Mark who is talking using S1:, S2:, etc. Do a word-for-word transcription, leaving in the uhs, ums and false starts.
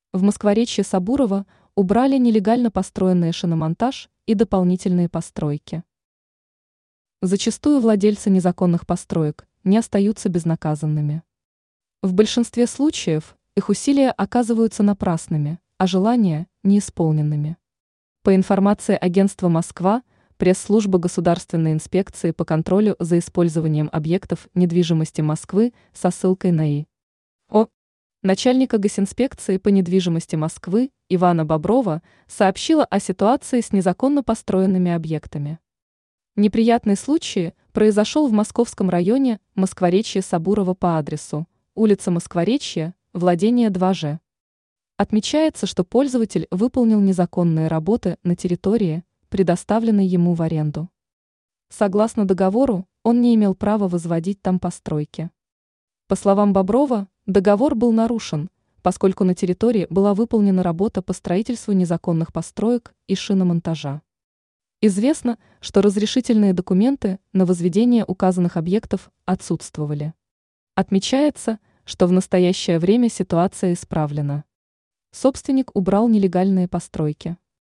S1: В Москворечье Сабурова убрали нелегально построенный шиномонтаж и дополнительные постройки. Зачастую владельцы незаконных построек не остаются безнаказанными. В большинстве случаев их усилия оказываются напрасными, а желания – неисполненными. По информации агентства «Москва», пресс-служба Государственной инспекции по контролю за использованием объектов недвижимости Москвы со ссылкой на И. О. начальника Госинспекции по недвижимости Москвы Ивана Боброва сообщила о ситуации с незаконно построенными объектами. Неприятный случай произошел в московском районе Москворечье Сабурова по адресу улица Москворечья, владение два Ж. Отмечается, что пользователь выполнил незаконные работы на территории, предоставленной ему в аренду. Согласно договору, он не имел права возводить там постройки. По словам Боброва, договор был нарушен, поскольку на территории была выполнена работа по строительству незаконных построек и шиномонтажа. Известно, что разрешительные документы на возведение указанных объектов отсутствовали. Отмечается, что в настоящее время ситуация исправлена. Собственник убрал нелегальные постройки.